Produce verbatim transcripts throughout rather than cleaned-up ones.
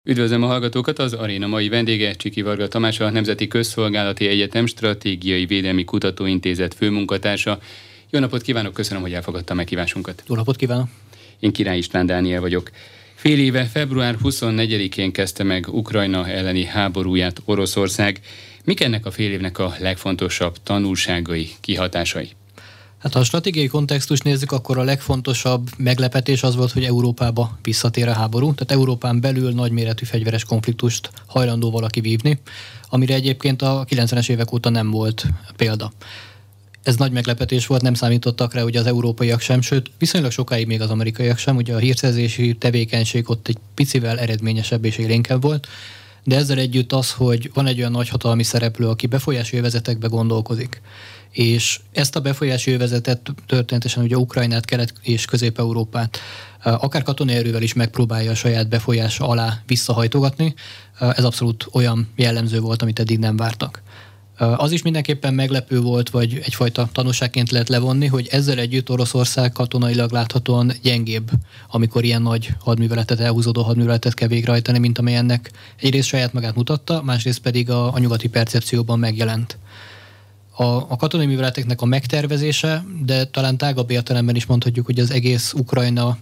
Üdvözlöm a hallgatókat, az aréna mai vendége Csiki Varga Tamás, a Nemzeti Közszolgálati Egyetem Stratégiai Védelmi Kutatóintézet főmunkatársa. Jó napot kívánok, köszönöm, hogy elfogadta meghívásunkat. Jó napot kívánok! Én Király István Dániel vagyok. Fél éve, február huszonnegyedikén kezdte meg Ukrajna elleni háborúját Oroszország. Mik ennek a fél évnek a legfontosabb tanulságai, kihatásai? Hát ha a stratégiai kontextust nézzük, akkor a legfontosabb meglepetés az volt, hogy Európába visszatér a háború. Tehát Európán belül nagyméretű fegyveres konfliktust hajlandó valaki vívni, amire egyébként a kilencvenes évek óta nem volt példa. Ez nagy meglepetés volt, nem számítottak rá ugye az európaiak sem, sőt viszonylag sokáig még az amerikaiak sem, ugye a hírszerzési tevékenység ott egy picivel eredményesebb és élénkebb volt, de ezzel együtt az, hogy van egy olyan nagyhatalmi szereplő, aki befolyási övezetekbe gondolkozik, és ezt a befolyási övezetet történetesen ugye Ukrajnát, Kelet- és Közép-Európát akár katonai erővel is megpróbálja a saját befolyása alá visszahajtogatni, ez abszolút olyan jellemző volt, amit eddig nem vártak. Az is mindenképpen meglepő volt, vagy egyfajta tanúságként lehet levonni, hogy ezzel együtt Oroszország katonailag láthatóan gyengébb, amikor ilyen nagy hadműveletet, elhúzódó hadműveletet kell végrehajtani, mint amely ennek egyrészt saját magát mutatta, másrészt pedig a, a nyugati percepcióban megjelent. A, a katonai műveleteknek a megtervezése, de talán tágabb értelemben is mondhatjuk, hogy az egész Ukrajna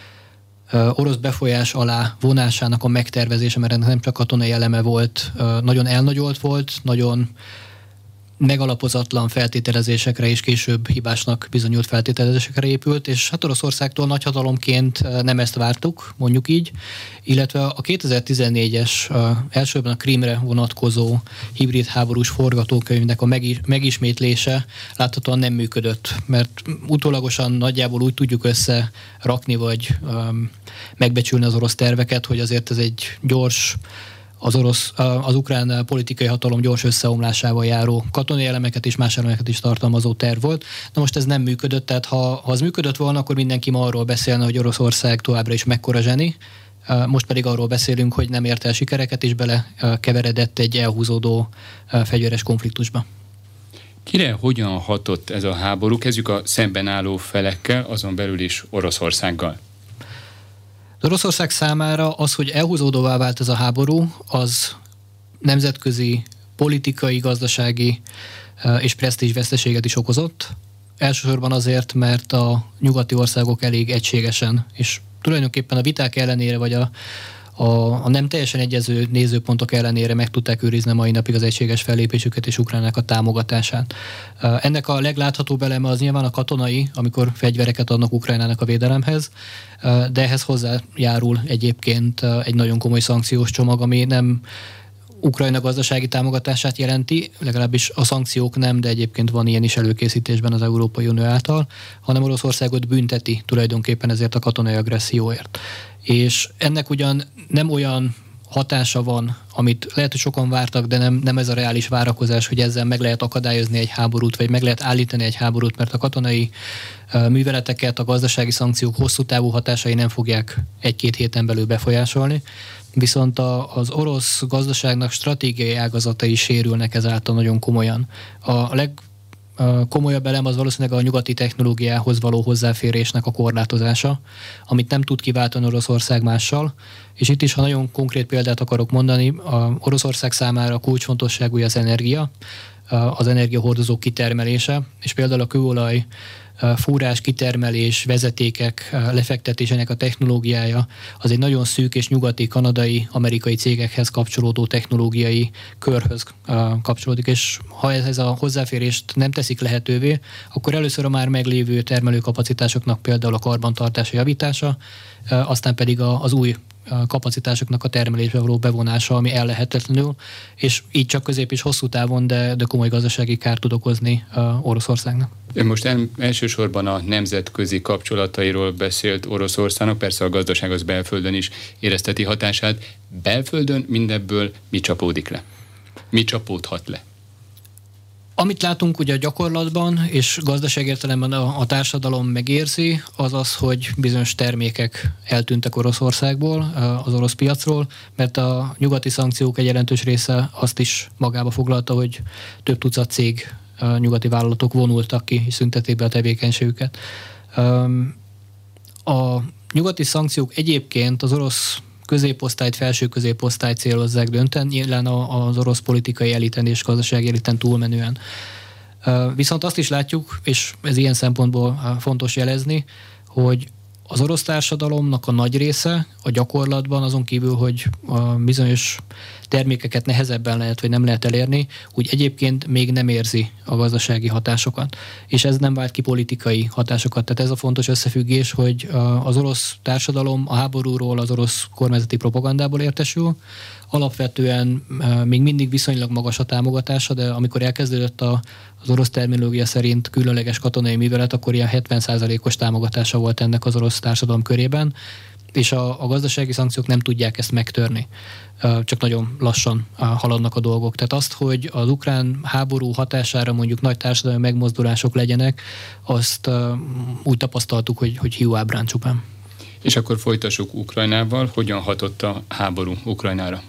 orosz befolyás alá vonásának a megtervezése, mert ennek nem csak katonai eleme volt, nagyon elnagyolt volt, nagyon megalapozatlan feltételezésekre és később hibásnak bizonyult feltételezésekre épült, és hát Oroszországtól nagyhatalomként nem ezt vártuk, mondjuk így, illetve a kétezer-tizennégyes elsőben a Krímre vonatkozó hibrid háborús forgatókönyvnek a megismétlése láthatóan nem működött, mert utólagosan nagyjából úgy tudjuk összerakni, vagy um, megbecsülni az orosz terveket, hogy azért ez egy gyors, az orosz, az ukrán politikai hatalom gyors összeomlásával járó katonai elemeket és más elemeket is tartalmazó terv volt. Na most ez nem működött, tehát ha, ha az működött volna, akkor mindenki ma arról beszélne, hogy Oroszország továbbra is mekkora zseni. Most pedig arról beszélünk, hogy nem ért el sikereket, és bele keveredett egy elhúzódó fegyveres konfliktusba. Kire hogyan hatott ez a háború? Kezdjük a szemben álló felekkel, azon belül is Oroszországgal. Az Oroszország számára az, hogy elhúzódóvá vált ez a háború, az nemzetközi, politikai, gazdasági és presztízs veszteséget is okozott. Elsősorban azért, mert a nyugati országok elég egységesen, és tulajdonképpen a viták ellenére, vagy a, a, a nem teljesen egyező nézőpontok ellenére meg tudták őrizni mai napig az egységes fellépésüket és Ukrajnának a támogatását. Ennek a legláthatóbb eleme az nyilván a katonai, amikor fegyvereket adnak Ukrajnának a védelemhez, de ehhez hozzájárul egyébként egy nagyon komoly szankciós csomag, ami nem Ukrajna gazdasági támogatását jelenti, legalábbis a szankciók nem, de egyébként van ilyen is előkészítésben az Európai Unió által, hanem Oroszországot bünteti tulajdonképpen ezért a katonai agresszióért. És ennek ugyan nem olyan hatása van, amit lehet, hogy sokan vártak, de nem, nem ez a reális várakozás, hogy ezzel meg lehet akadályozni egy háborút, vagy meg lehet állítani egy háborút, mert a katonai műveleteket, a gazdasági szankciók hosszú távú hatásai nem fogják egy-két héten belül befolyásolni. Viszont a, az orosz gazdaságnak stratégiai ágazatai sérülnek ezáltal nagyon komolyan. A legkomolyabb elem az valószínűleg a nyugati technológiához való hozzáférésnek a korlátozása, amit nem tud kiváltani Oroszország mással. És itt is, ha nagyon konkrét példát akarok mondani, a Oroszország számára kulcsfontosságú az energia, az energiahordozó kitermelése, és például a kőolaj fúrás, kitermelés, vezetékek lefektetésének a technológiája az egy nagyon szűk és nyugati, kanadai, amerikai cégekhez kapcsolódó technológiai körhöz kapcsolódik, és ha ez a hozzáférést nem teszik lehetővé, akkor először a már meglévő termelőkapacitásoknak például a karbantartása javítása, aztán pedig az új kapacitásoknak a termelésbe való bevonása, ami ellehetetlenül, és így csak közép és hosszú távon, de, de komoly gazdasági kárt tud okozni uh, Oroszországnak. Ön most el, elsősorban a nemzetközi kapcsolatairól beszélt Oroszországnak, persze a gazdaság az belföldön is érezteti hatását. Belföldön mindebből mi csapódik le? Mi csapódhat le? Amit látunk ugye a gyakorlatban, és gazdasági értelemben a, a társadalom megérzi, az az, hogy bizonyos termékek eltűntek Oroszországból, az orosz piacról, mert a nyugati szankciók egy jelentős része azt is magába foglalta, hogy több tucat cég, nyugati vállalatok vonultak ki, és szüntették be a tevékenységüket. A nyugati szankciók egyébként az orosz középosztályt, felső középosztályt célozzák dönteni, jelen az orosz politikai eliten és gazdasági eliten túlmenően. Viszont azt is látjuk, és ez ilyen szempontból fontos jelezni, hogy az orosz társadalomnak a nagy része a gyakorlatban azon kívül, hogy a bizonyos termékeket nehezebben lehet, vagy nem lehet elérni, úgy egyébként még nem érzi a gazdasági hatásokat. És ez nem vált ki politikai hatásokat. Tehát ez a fontos összefüggés, hogy az orosz társadalom a háborúról, az orosz kormányzati propagandából értesül, alapvetően még mindig viszonylag magas a támogatása, de amikor elkezdődött a, az orosz terminológia szerint különleges katonai művelet, akkor ilyen hetven százalékos támogatása volt ennek az orosz társadalom körében, és a, a gazdasági szankciók nem tudják ezt megtörni. Csak nagyon lassan haladnak a dolgok. Tehát azt, hogy az ukrán háború hatására mondjuk nagy társadalmi megmozdulások legyenek, azt úgy tapasztaltuk, hogy, hogy hiúábrán csupán. És akkor folytassuk Ukrajnával. Hogyan hatott a háború Ukrajnára?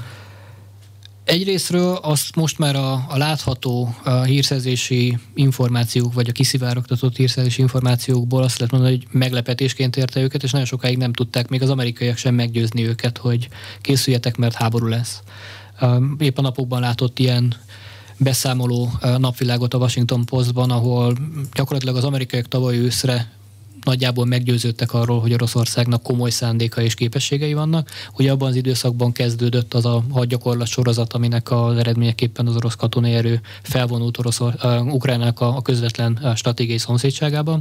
Egyrészről azt most már a, a látható a hírszerzési információk, vagy a kiszivárogtatott hírszerzési információkból azt lehet mondani, hogy meglepetésként érte őket, és nagyon sokáig nem tudták még az amerikaiak sem meggyőzni őket, hogy készüljetek, mert háború lesz. Épp a napokban látott ilyen beszámoló napvilágot a Washington Postban, ahol gyakorlatilag az amerikaiak tavaly őszre nagyjából meggyőződtek arról, hogy Oroszországnak komoly szándéka és képességei vannak. Ugye abban az időszakban kezdődött az a hadgyakorlat sorozat, aminek az eredményeképpen az orosz katonai erő felvonult Oroszor, uh, Ukrajnának a, a közvetlen uh, stratégiai szomszédságában.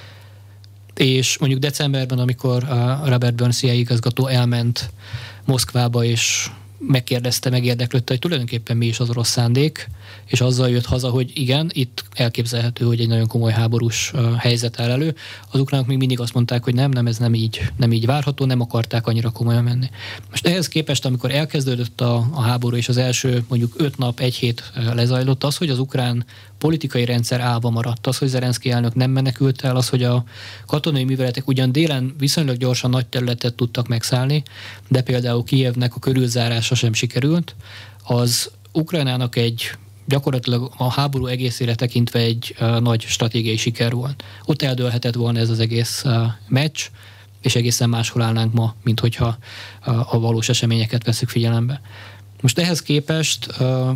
És mondjuk decemberben, amikor uh, Robert Burns C I A igazgató elment Moszkvába, és megkérdezte, megérdeklődte, hogy tulajdonképpen mi is az orosz szándék, és azzal jött haza, hogy igen, itt elképzelhető, hogy egy nagyon komoly háborús uh, helyzet áll elő. Az ukránok még mindig azt mondták, hogy nem, nem, ez nem így, nem így várható, nem akarták annyira komolyan menni. Most ehhez képest, amikor elkezdődött a, a háború, és az első mondjuk öt nap, egy hét uh, lezajlott, az, hogy az ukrán politikai rendszer állva maradt, az, hogy Zelenszkij elnök nem menekült el, az, hogy a katonai műveletek ugyan délen viszonylag gyorsan nagy területet tudtak megszállni, de például Kijevnek a körülzárása sem sikerült, az Ukrajnának egy gyakorlatilag a háború egészére tekintve egy uh, nagy stratégiai siker volt. Ott eldőlhetett volna ez az egész uh, meccs, és egészen máshol állnánk ma, mint hogyha uh, a valós eseményeket veszük figyelembe. Most ehhez képest uh,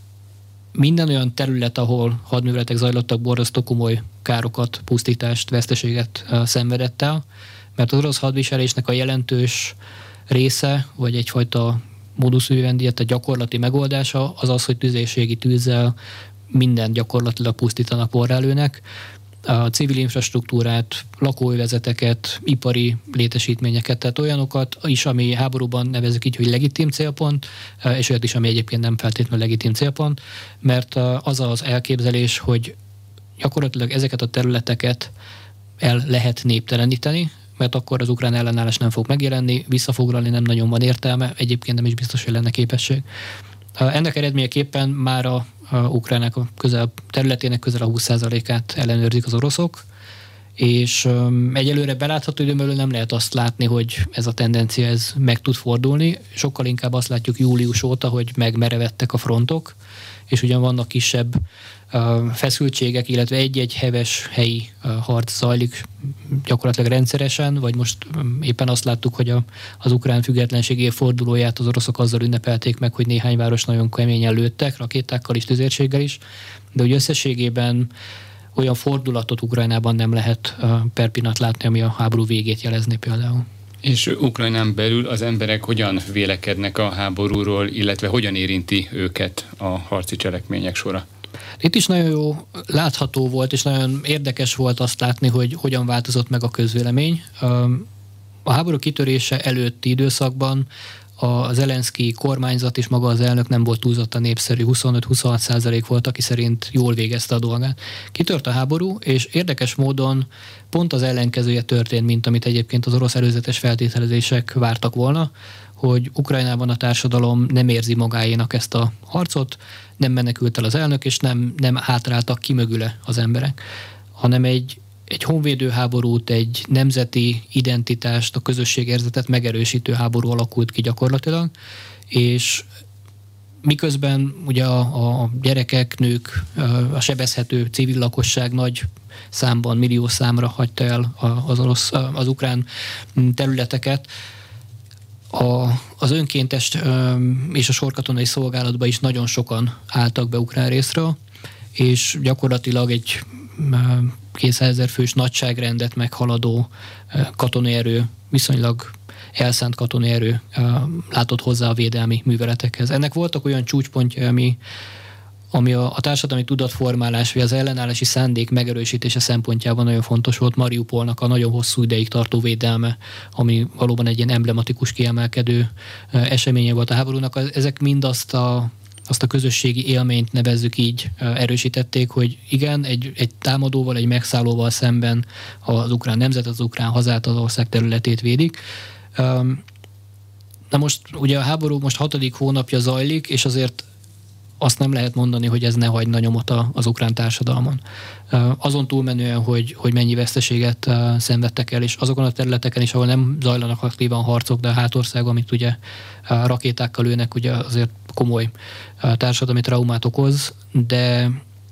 minden olyan terület, ahol hadműveletek zajlottak, borzasztó komoly károkat, pusztítást, veszteséget uh, szenvedett el, mert az orosz hadviselésnek a jelentős része, vagy egyfajta modus vivendi, tehát gyakorlati megoldása az az, hogy tüzérségi tűzzel minden gyakorlatilag pusztítanak, porrálőnek. A civil infrastruktúrát, lakóövezeteket, ipari létesítményeket, tehát olyanokat is, ami háborúban nevezzük így, hogy legitim célpont, és olyat is, ami egyébként nem feltétlenül legitim célpont, mert az az elképzelés, hogy gyakorlatilag ezeket a területeket el lehet népteleníteni, mert akkor az ukrán ellenállás nem fog megjelenni, visszafoglalni nem nagyon van értelme, egyébként nem is biztos, hogy lenne képesség. Ennek eredményeképpen már a, a Ukránák a közel, területének közel a húsz százalékát ellenőrzik az oroszok, és um, egyelőre belátható időn belül nem lehet azt látni, hogy ez a tendencia ez meg tud fordulni. Sokkal inkább azt látjuk július óta, hogy megmerevedtek a frontok, és ugyan vannak kisebb uh, feszültségek, illetve egy-egy heves helyi uh, harc zajlik gyakorlatilag rendszeresen, vagy most um, éppen azt láttuk, hogy a, az ukrán függetlenség évfordulóját az oroszok azzal ünnepelték meg, hogy néhány város nagyon keményen lőttek, rakétákkal is, tüzérséggel is, de úgy összességében olyan fordulatot Ukrajnában nem lehet uh, per pillanat látni, ami a háború végét jelezni például. És Ukrajnán belül az emberek hogyan vélekednek a háborúról, illetve hogyan érinti őket a harci cselekmények sora? Itt is nagyon jó látható volt, és nagyon érdekes volt azt látni, hogy hogyan változott meg a közvélemény. A háború kitörése előtti időszakban a Zelenszkij kormányzat és maga az elnök nem volt túlzottan népszerű, huszonöt-huszonhat százalék volt, aki szerint jól végezte a dolgát. Kitört a háború, és érdekes módon pont az ellenkezője történt, mint amit egyébként az orosz előzetes feltételezések vártak volna, hogy Ukrajnában a társadalom nem érzi magáénak ezt a harcot, nem menekült el az elnök, és nem, nem hátráltak ki mögüle az emberek, hanem egy egy honvédő háborút, egy nemzeti identitást, a közösségérzetet megerősítő háború alakult ki gyakorlatilag, és miközben ugye a, a gyerekek, nők, a sebezhető civil lakosság nagy számban, millió számra hagyta el az orosz, az ukrán területeket, a, az önkéntes és a sorkatonai szolgálatba is nagyon sokan álltak be ukrán részről, és gyakorlatilag egy kétszázezer fős nagyságrendet meghaladó katonai erő, viszonylag elszánt katonai erő látott hozzá a védelmi műveletekhez. Ennek voltak olyan csúcspontja, ami, ami a, a társadalmi tudatformálás, vagy az ellenállási szándék megerősítése szempontjában nagyon fontos volt. Mariupolnak a nagyon hosszú ideig tartó védelme, ami valóban egy ilyen emblematikus, kiemelkedő eseménye volt a háborúnak. Ezek mind azt a azt a közösségi élményt, nevezzük így, erősítették, hogy igen, egy, egy támadóval, egy megszállóval szemben az ukrán nemzet, az ukrán hazát, az ország területét védik. Na most ugye a háború most hatodik hónapja zajlik, és azért azt nem lehet mondani, hogy ez ne hagyna nyomot az ukrán társadalmon. Azon túlmenően, hogy, hogy mennyi veszteséget szenvedtek el, és azokon a területeken is, ahol nem zajlanak aktívan harcok, de a hátország, amit ugye rakétákkal lőnek, ugye azért komoly társadalmi traumát okoz, de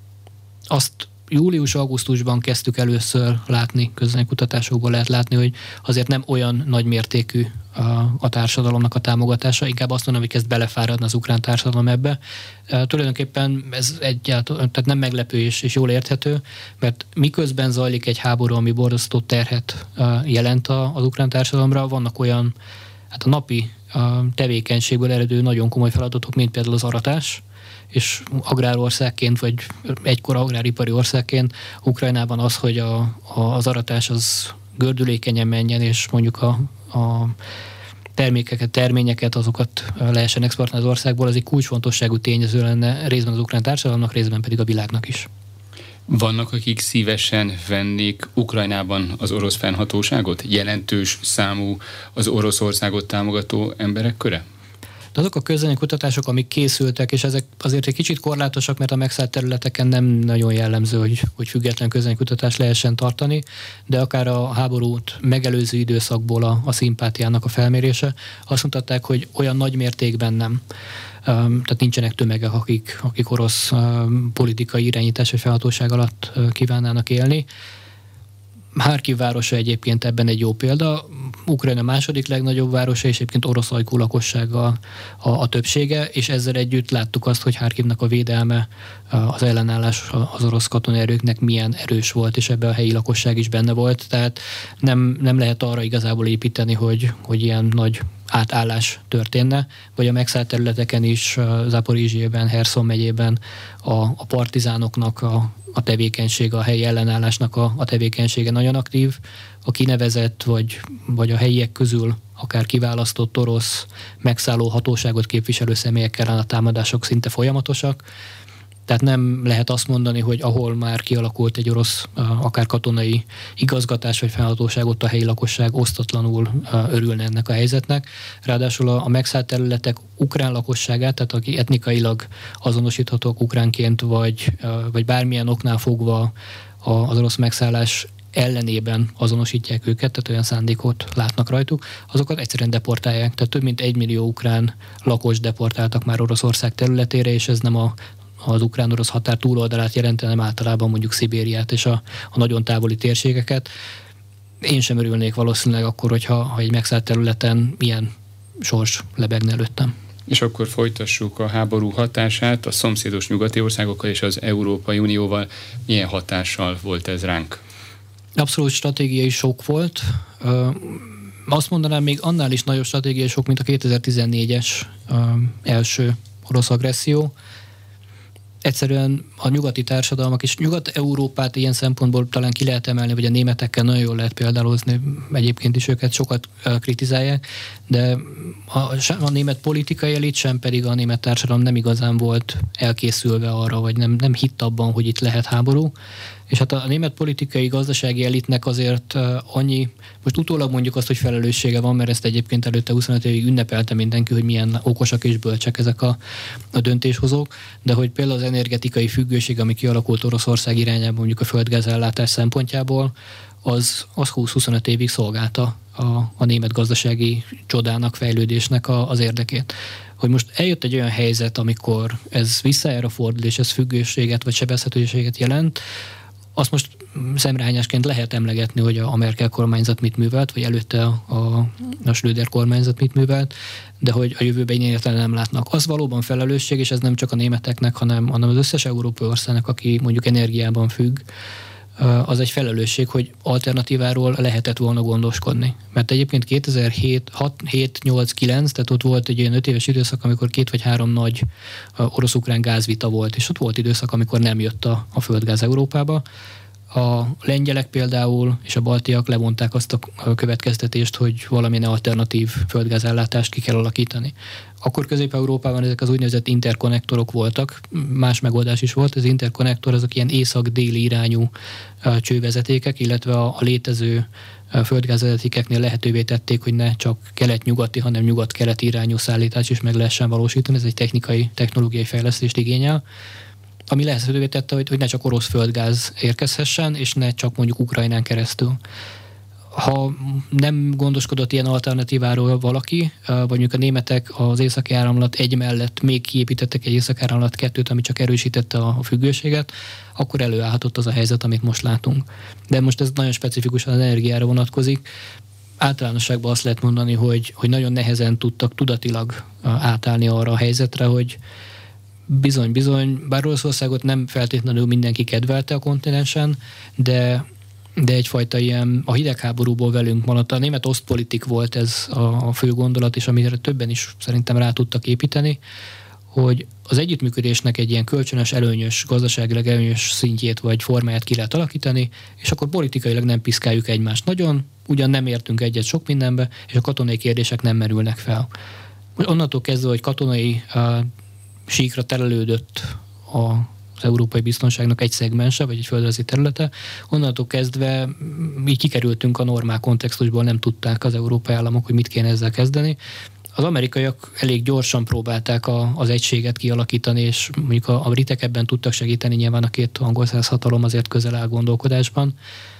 azt július-augusztusban kezdtük először látni, közönkutatásokból lehet látni, hogy azért nem olyan nagy mértékű a, a társadalomnak a támogatása, inkább azt mondom, hogy kezd belefáradni az ukrán társadalom ebbe. E, tulajdonképpen ez egyáltalán, tehát nem meglepő és, és jól érthető, mert miközben zajlik egy háború, ami borzasztó terhet e, jelent a, az ukrán társadalomra, vannak olyan, hát a napi a tevékenységből eredő nagyon komoly feladatok, mint például az aratás, és agrárországként, vagy egykor agráripari országként Ukrajnában az, hogy a, a, az aratás az gördülékenyen menjen, és mondjuk a, a termékeket, terményeket, azokat lehessen exportálni az országból, az egy kulcsfontosságú tényező lenne részben az ukrán társadalomnak, részben pedig a világnak is. Vannak, akik szívesen vennék Ukrajnában az orosz fennhatóságot? Jelentős számú az Oroszországot támogató emberek köre? De azok a közvéleménykutatások, amik készültek, és ezek azért egy kicsit korlátosak, mert a megszállt területeken nem nagyon jellemző, hogy, hogy független közvéleménykutatást lehessen tartani, de akár a háborút megelőző időszakból a, a szimpátiának a felmérése, azt mutatták, hogy olyan nagy mértékben nem. Um, tehát nincsenek tömegek, akik, akik orosz um, politikai irányítás vagy felhatóság alatt uh, kívánnának élni. Harkiv városa egyébként ebben egy jó példa. Ukrajna második legnagyobb városa, és egyébként orosz ajkú lakossággal a, a többsége, és ezzel együtt láttuk azt, hogy Harkivnak a védelme, az ellenállás az orosz katonai erőknek milyen erős volt, és ebben a helyi lakosság is benne volt. Tehát nem, nem lehet arra igazából építeni, hogy, hogy ilyen nagy átállás történne, vagy a megszállt területeken is, Zaporizsjében, Herszon megyében a, a partizánoknak a, a tevékenysége, a helyi ellenállásnak a, a tevékenysége nagyon aktív. A kinevezett, vagy, vagy a helyiek közül akár kiválasztott orosz megszálló hatóságot képviselő személyekkel a támadások szinte folyamatosak. Tehát nem lehet azt mondani, hogy ahol már kialakult egy orosz, akár katonai igazgatás vagy felhatóság, ott a helyi lakosság osztatlanul örülne ennek a helyzetnek. Ráadásul a megszállt területek ukrán lakosságát, tehát aki etnikailag azonosíthatók ukránként, vagy, vagy bármilyen oknál fogva az orosz megszállás ellenében azonosítják őket, tehát olyan szándékot látnak rajtuk, azokat egyszerűen deportálják. Tehát több mint egy millió ukrán lakos deportáltak már Oroszország területére, és ez nem a az ukrán-orosz határ túloldalát jelentene, nem általában mondjuk Szibériát és a, a nagyon távoli térségeket. Én sem örülnék valószínűleg akkor, hogyha ha egy megszállt területen milyen sors lebegne előttem. És akkor folytassuk a háború hatását a szomszédos nyugati országokkal és az Európai Unióval. Milyen hatással volt ez ránk? Abszolút stratégiai sok volt. Azt mondanám, még annál is nagyobb stratégiai sok, mint a kétezer-tizennégyes első orosz agresszió. Egyszerűen a nyugati társadalmak, és Nyugat-Európát ilyen szempontból talán ki lehet emelni, vagy a németekkel nagyon jól lehet példálozni, egyébként is őket sokat kritizálják, de a, a német politikai elit sem pedig a német társadalom nem igazán volt elkészülve arra, vagy nem, nem hitt abban, hogy itt lehet háború. És hát a német politikai, gazdasági elitnek azért annyi, most utólag mondjuk azt, hogy felelőssége van, mert ezt egyébként előtte huszonöt évig ünnepelte mindenki, hogy milyen okosak és bölcsek ezek a, a döntéshozók, de hogy például az energetikai függőség, ami kialakult Oroszország irányában mondjuk a földgázellátás szempontjából, az, az húsz-huszonöt évig szolgálta a, a német gazdasági csodának, fejlődésnek a, az érdekét. Hogy most eljött egy olyan helyzet, amikor ez visszajára fordul, és ez függőséget vagy sebezhetőséget jelent, azt most szemrehányásként lehet emlegetni, hogy a Merkel kormányzat mit művelt, vagy előtte a, a Schröder kormányzat mit művelt, de hogy a jövőben ilyen értelemben nem látnak. Az valóban felelősség, és ez nem csak a németeknek, hanem, hanem az összes európai országnak, aki mondjuk energiában függ, az egy felelősség, hogy alternatíváról lehetett volna gondoskodni. Mert egyébként kétezer-hét, hat, hét, nyolc, kilenc, tehát ott volt egy olyan öt éves időszak, amikor két vagy három nagy orosz-ukrán gázvita volt, és ott volt időszak, amikor nem jött a, a földgáz Európába. A lengyelek például és a baltiak levonták azt a következtetést, hogy valamilyen alternatív földgázellátást ki kell alakítani. Akkor Közép-Európában ezek az úgynevezett interkonnektorok voltak, más megoldás is volt, az interkonnektor azok ilyen észak-déli irányú csővezetékek, illetve a, a létező földgázvezetékeknél lehetővé tették, hogy ne csak kelet-nyugati, hanem nyugat-keleti irányú szállítás is meg lehessen valósítani. Ez egy technikai, technológiai fejlesztést igényel, ami lehetővé tette, hogy, hogy ne csak orosz földgáz érkezhessen, és ne csak mondjuk Ukrajnán keresztül. Ha nem gondoskodott ilyen alternatíváról valaki, vagy mondjuk a németek az északi áramlat egy mellett még kiépítettek egy északi áramlat kettőt, ami csak erősítette a függőséget, akkor előállhatott az a helyzet, amit most látunk. De most ez nagyon specifikusan az energiára vonatkozik. Általánosságban azt lehet mondani, hogy, hogy nagyon nehezen tudtak tudatilag átállni arra a helyzetre, hogy bizony-bizony, bár Oroszországot nem feltétlenül mindenki kedvelte a kontinensen, de, de egyfajta ilyen a hidegháborúból velünk maradt. A német osztpolitik volt ez a, a fő gondolat, és amire többen is szerintem rá tudtak építeni, hogy az együttműködésnek egy ilyen kölcsönös, előnyös, gazdaságilag előnyös szintjét vagy formáját ki lehet alakítani, és akkor politikailag nem piszkáljuk egymást nagyon, ugyan nem értünk egyet sok mindenbe, és a katonai kérdések nem merülnek fel. Onnantól kezdve, hogy katonai síkra terelődött az európai biztonságnak egy szegmense, vagy egy földrajzi területe. Onnantól kezdve így kikerültünk a normál kontextusból, nem tudták az európai államok, hogy mit kéne ezzel kezdeni. Az amerikaiak elég gyorsan próbálták a, az egységet kialakítani, és mondjuk a, a britek ebben tudtak segíteni, nyilván a két angol száz hatalom azért közel áll gondolkodásban,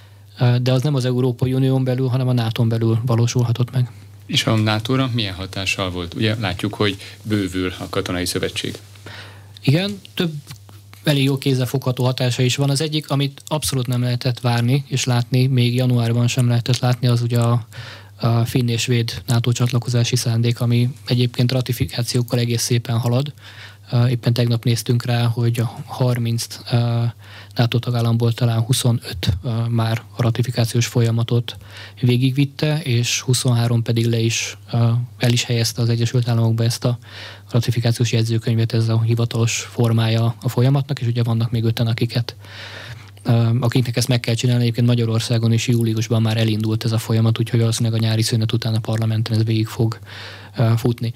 de az nem az Európai Unión belül, hanem a nátón belül valósulhatott meg. És a nátóra milyen hatással volt? Ugye látjuk, hogy bővül a katonai szövetség. Igen, több elég jó kézzelfogható hatása is van. Az egyik, amit abszolút nem lehetett várni és látni, még januárban sem lehetett látni, az ugye a, a finn és svéd NATO csatlakozási szándék, ami egyébként ratifikációkkal egész szépen halad. Éppen tegnap néztünk rá, hogy a harminc NATO tagállamból talán huszonöt már a ratifikációs folyamatot végigvitte, és huszonhárom pedig le is, el is helyezte az Egyesült Államokba ezt a ratifikációs jegyzőkönyvet, ez a hivatalos formája a folyamatnak, és ugye vannak még öten, akiket akiknek ezt meg kell csinálni. Egyébként Magyarországon is júliusban már elindult ez a folyamat, úgyhogy valószínűleg a nyári szünet után a parlamenten ez végig fog futni.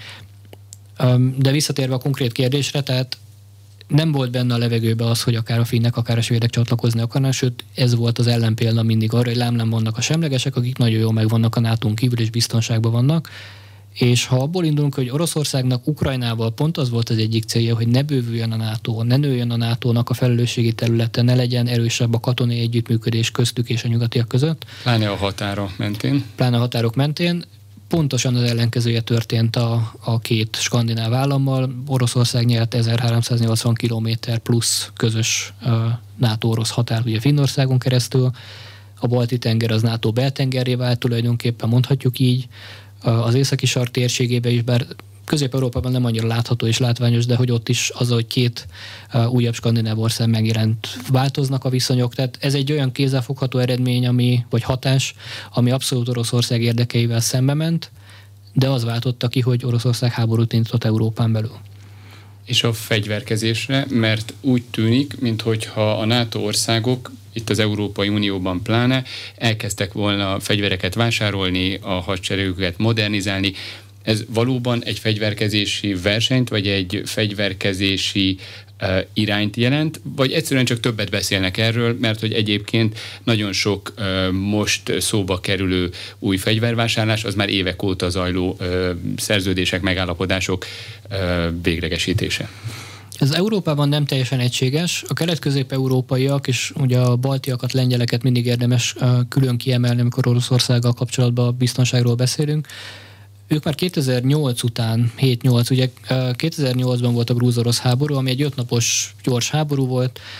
De visszatérve a konkrét kérdésre, tehát nem volt benne a levegőben az, hogy akár a finnek, akár a svédek csatlakozni akarnak, sőt ez volt az ellenpélda mindig arra, hogy lám nem vannak a semlegesek, akik nagyon jól megvannak a nátón kívül és biztonságban vannak, és ha abból indulunk, hogy Oroszországnak Ukrajnával pont az volt az egyik célja, hogy ne bővüljön a NATO, ne nőjön a nátónak a felelősségi területe, ne legyen erősebb a katonai együttműködés köztük és a nyugatiak között. Pláne a határok mentén. Pláne a határok mentén. Pontosan az ellenkezője történt a, a két skandináv állammal. Oroszország nyert ezerháromszáznyolcvan kilométer plusz közös uh, NATO-orosz határ, ugye Finnországon keresztül. A Balti-tenger az NATO beltengerré vált, tulajdonképpen mondhatjuk így. Uh, az északi sark térségében is, bár Közép-Európában nem annyira látható és látványos, de hogy ott is az, hogy két uh, újabb skandináv ország megjelent, változnak a viszonyok. Tehát ez egy olyan kézzelfogható eredmény, ami, vagy hatás, ami abszolút Oroszország érdekeivel szembe ment, de az váltotta ki, hogy Oroszország háborút indított Európán belül. És a fegyverkezésre, mert úgy tűnik, minthogyha a NATO országok, itt az Európai Unióban pláne, elkezdtek volna fegyvereket vásárolni, a hadseregüket modernizálni. Ez valóban egy fegyverkezési versenyt, vagy egy fegyverkezési uh, irányt jelent, vagy egyszerűen csak többet beszélnek erről, mert hogy egyébként nagyon sok uh, most szóba kerülő új fegyvervásárlás, az már évek óta zajló uh, szerződések, megállapodások uh, véglegesítése. Ez Európában nem teljesen egységes. A kelet-közép-európaiak és ugye a baltiakat, lengyeleket mindig érdemes uh, külön kiemelni, amikor Oroszországgal kapcsolatban a biztonságról beszélünk. Ők már kétezer-nyolc után, hét-nyolc, ugye kétezer-nyolcban volt a grúz-orosz háború, ami egy ötnapos gyors háború volt.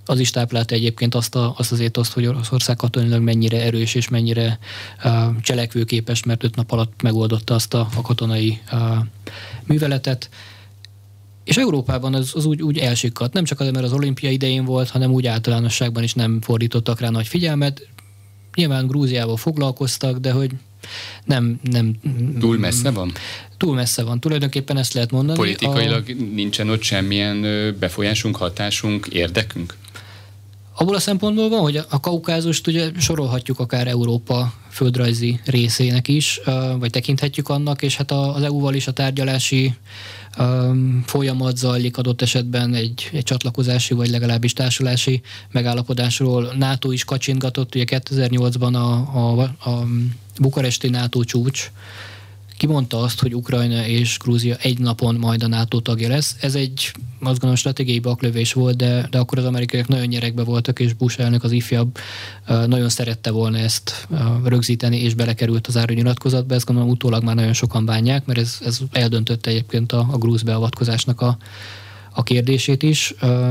az is táplálta egyébként azt, a, azt az étoszt, hogy Oroszország katonailag mennyire erős és mennyire uh, cselekvőképes, mert öt nap alatt megoldotta azt a, a katonai uh, műveletet. És Európában az, az úgy, úgy elsikadt. Nem csak azért, mert az olimpia idején volt, hanem úgy általánosságban is nem fordítottak rá nagy figyelmet. Nyilván Grúziával foglalkoztak, de hogy nem... nem túl messze van? Túl messze van. Tulajdonképpen ezt lehet mondani. Politikailag a... nincsen ott semmilyen befolyásunk, hatásunk, érdekünk? Abból a szempontból van, hogy a Kaukázust ugye sorolhatjuk akár Európa földrajzi részének is, vagy tekinthetjük annak, és hát az é u-val is a tárgyalási folyamat zajlik adott esetben egy, egy csatlakozási, vagy legalábbis társulási megállapodásról. NATO is kacsingatott, ugye kétezer-nyolcban a, a, a bukaresti NATO csúcs kimondta azt, hogy Ukrajna és Grúzia egy napon majd a NATO tagja lesz. Ez egy, azt gondolom, stratégiai baklövés volt, de, de akkor az amerikaiak nagyon nyerekbe voltak, és Bush elnök, az ifjabb, nagyon szerette volna ezt rögzíteni, és belekerült az zárónyilatkozatba. Ezt gondolom utólag már nagyon sokan bánják, mert ez, ez eldöntötte egyébként a, a grúz beavatkozásnak a, a kérdését is.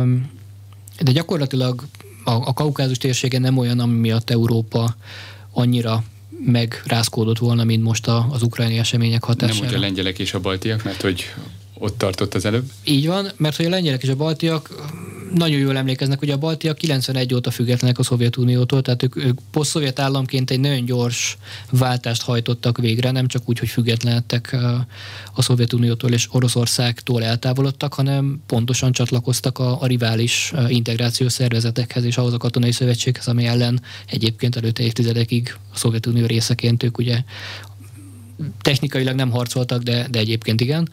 De gyakorlatilag a, a Kaukázus térsége nem olyan, ami miatt Európa annyira megrázkódott volna, mint most az ukrajnai események hatására. Nem úgy a lengyelek és a baltiak, mert hogy ott tartott az előbb? Így van, mert hogy a lengyelek és a baltiak nagyon jól emlékeznek, hogy a baltiak kilencvenegy óta függetlenek a Szovjetuniótól, tehát ők, ők posztszovjet államként egy nagyon gyors váltást hajtottak végre, nem csak úgy, hogy függetlenedtek a Szovjetuniótól és Oroszországtól eltávolodtak, hanem pontosan csatlakoztak a, a rivális integrációs szervezetekhez és ahhoz a katonai szövetséghez, ami ellen egyébként előtte évtizedekig a Szovjetunió részeként ők ugye technikailag nem harcoltak, de, de egyébként igen.